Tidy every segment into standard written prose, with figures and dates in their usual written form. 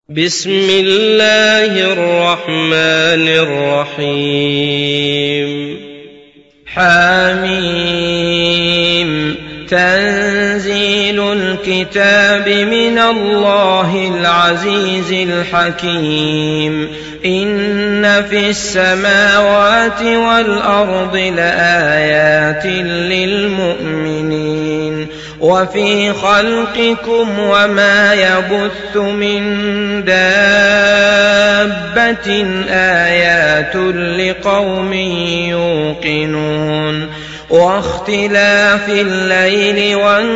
بسم الله الرحمن الرحيم حميم تنزيل الكتاب من الله العزيز الحكيم إن في السماوات والأرض لآيات للمؤمنين وفي خلقكم وما يبث من دابة آيات لقوم يوقنون واختلاف الليل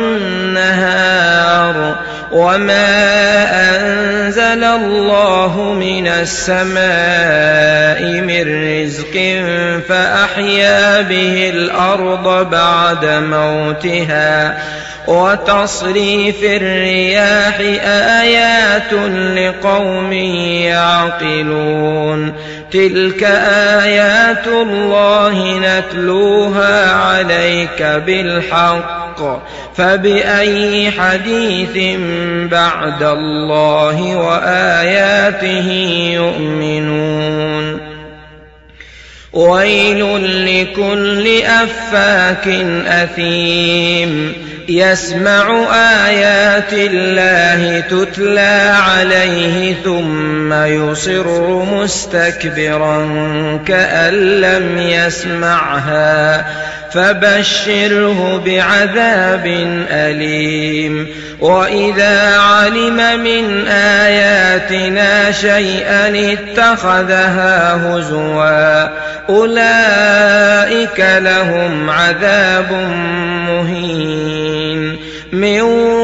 والنهار وما أنزل الله من السماء من رزق فأحيا به الأرض بعد موتها وتصريف الرياح آيات لقوم يعقلون تلك آيات الله نتلوها عليك بالحق فبأي حديث بعد الله وآياته يؤمنون ويل لكل أفاك أثيم يسمع آيات الله تتلى عليه ثم يصر مستكبرا كأن لم يسمعها فبشره بعذاب أليم وإذا علم من آياتنا شيئا اتخذها هزوا أولئك لهم عذاب مهين من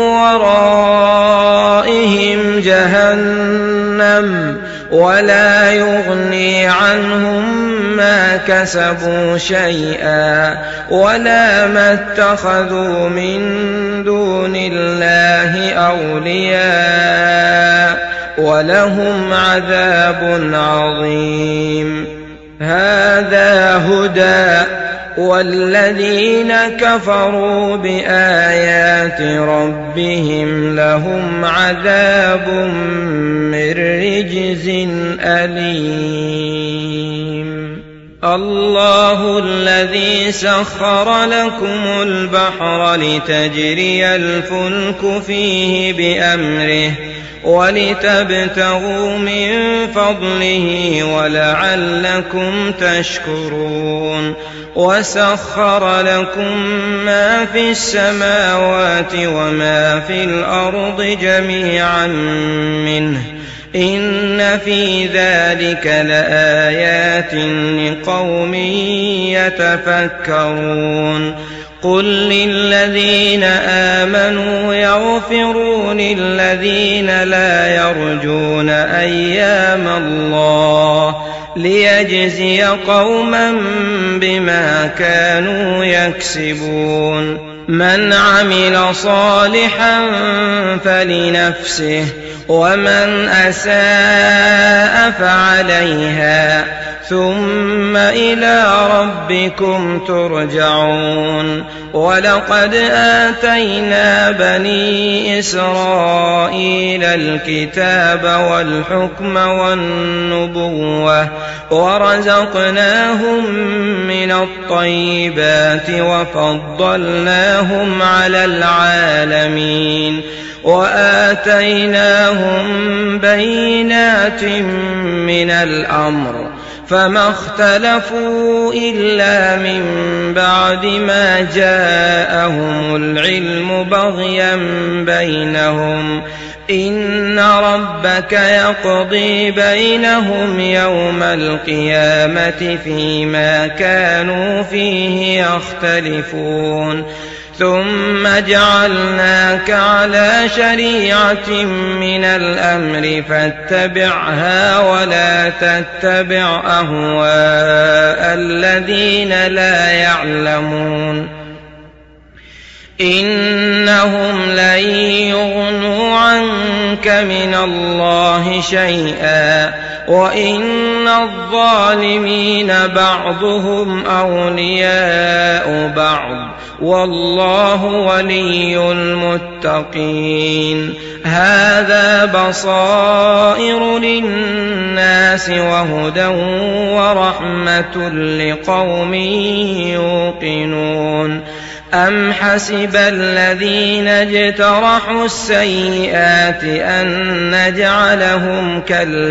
ورائهم جهنم ولا يغني عنهم ما كسبوا شيئا ولا ما اتخذوا من دون الله أولياء ولهم عذاب عظيم هذا هدى والذين كفروا بآيات ربهم لهم عذاب من رجز أليم الله الذي سخر لكم البحر لتجري الفلك فيه بأمره ولتبتغوا من فضله ولعلكم تشكرون وسخر لكم ما في السماوات وما في الأرض جميعا منه إن في ذلك لآيات لقوم يتفكرون قل للذين آمنوا يغفروا للذين لا يرجون أيام الله ليجزي قوما بما كانوا يكسبون من عمل صالحا فلنفسه ومن أساء فعليها ثم إلى ربكم ترجعون ولقد آتينا بني إسرائيل الكتاب والحكم والنبوة ورزقناهم من الطيبات وفضلناهم على العالمين وآتيناهم بينات من الأمر فما اختلفوا إلا من بعد ما جاءهم العلم بغيا بينهم إن ربك يقضي بينهم يوم القيامة فيما كانوا فيه يختلفون ثم جعلناك على شريعة من الأمر فاتبعها ولا تتبع أهواء الذين لا يعلمون إنهم لن يغنوا عنك من الله شيئا وإن الظالمين بعضهم أولياء بعض والله ولي المتقين. هذا بصائر للناس وهدى ورحمة لقوم يوقنون. أم حسب الذين اجترحوا السيئات أن نجعلهم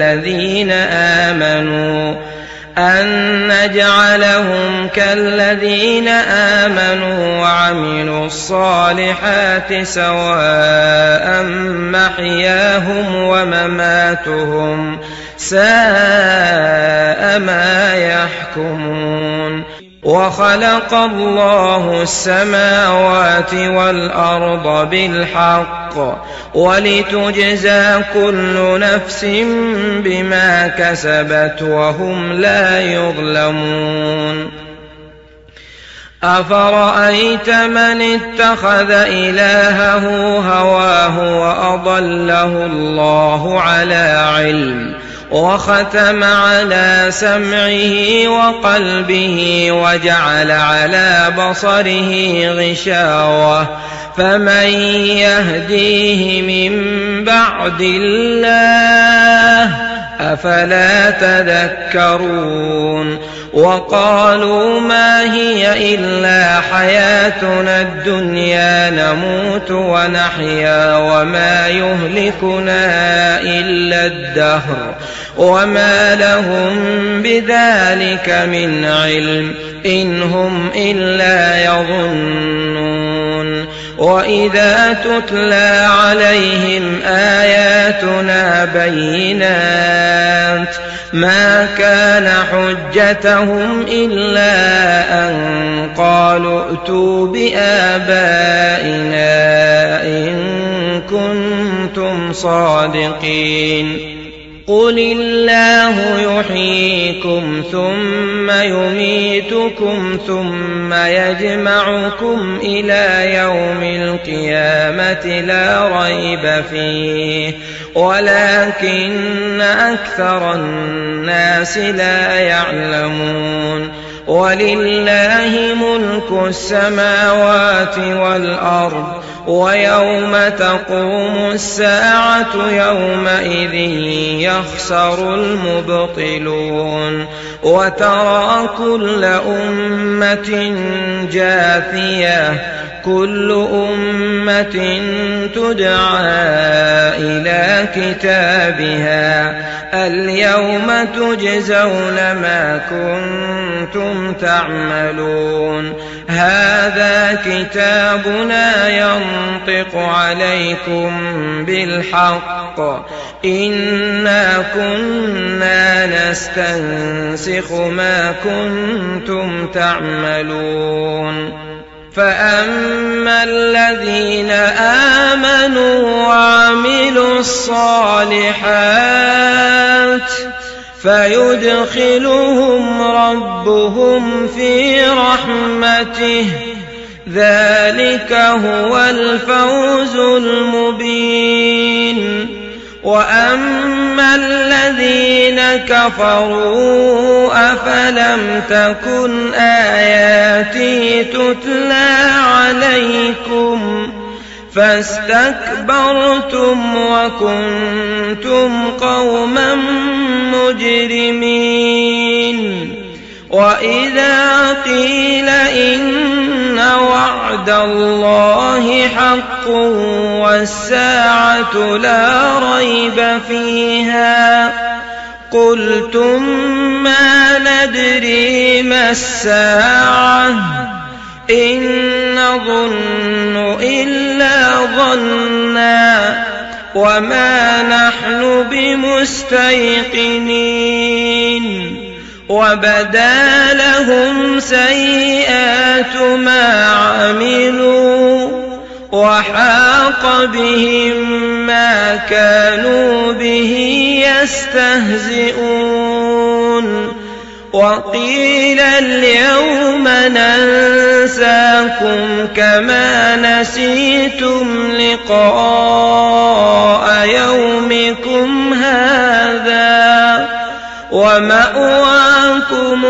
كالذين آمنوا وعملوا الصالحات سواء محياهم ومماتهم ساء ما يحكمون. وخلق الله السماوات والأرض بالحق ولتجزى كل نفس بما كسبت وهم لا يظلمون. أفرأيت من اتخذ إلهه هواه وأضله الله على علم وختم على سمعه وقلبه وجعل على بصره غشاوة فمن يهديه من بعد الله أفلا تذكرون. وقالوا ما هي إلا حياتنا الدنيا نموت ونحيا وما يهلكنا إلا الدهر وما لهم بذلك من علم إن هم إلا يظنون. وإذا تتلى عليهم آياتنا بينات ما كان حجتهم إلا أن قالوا ائتوا بآبائنا إن كنتم صادقين. قل الله يحييكم ثم يميتكم ثم يجمعكم إلى يوم القيامة لا ريب فيه ولكن أكثر الناس لا يعلمون. ولله ملك السماوات والأرض ويوم تقوم الساعة يومئذ يخسر المبطلون. وترى كل أمة جاثية كل أمة تدعى إلى كتابها اليوم تجزون ما كنتم تعملون. هذا كتابنا ينطق عليكم بالحق إنا كنا نستنسخ ما كنتم تعملون. فأما الذين آمنوا وعملوا الصالحات فيدخلهم ربهم في رحمته ذلك هو الفوز المبين. وأما الذين كفروا أفلم تكن آياتي تتلى عليكم فاستكبرتم وكنتم قوما مجرمين. وإذا قيل إن وعد الله حق والساعة لا ريب فيها قلتم ما ندري ما الساعة إن نظن إلا ظنا وما نحن بمستيقنين. وبدا لهم سيئات ما عملوا وحاق بهم ما كانوا به يستهزئون. وقيل اليوم ننساكم كما نسيتم لقاء يومكم هذا ومأواكم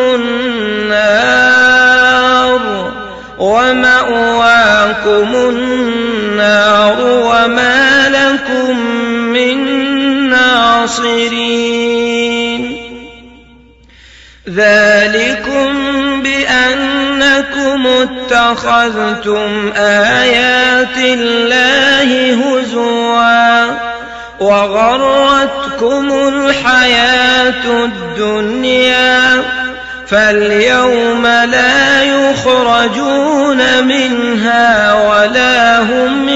النار وما لكم من ناصرين ذلكم بأنكم اتخذتم آيات الله هزوا وغرتكم الحياة الدنيا فاليوم لا يخرجون منها ولا هم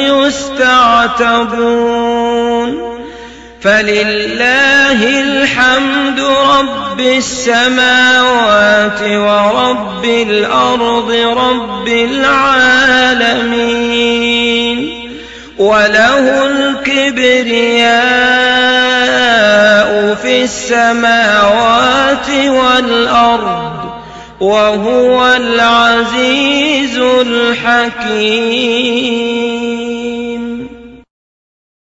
يستعتبون فلله الحمد رب السماوات ورب الأرض رب العالمين وله الكبرياء في السماوات والأرض وهو العزيز الحكيم.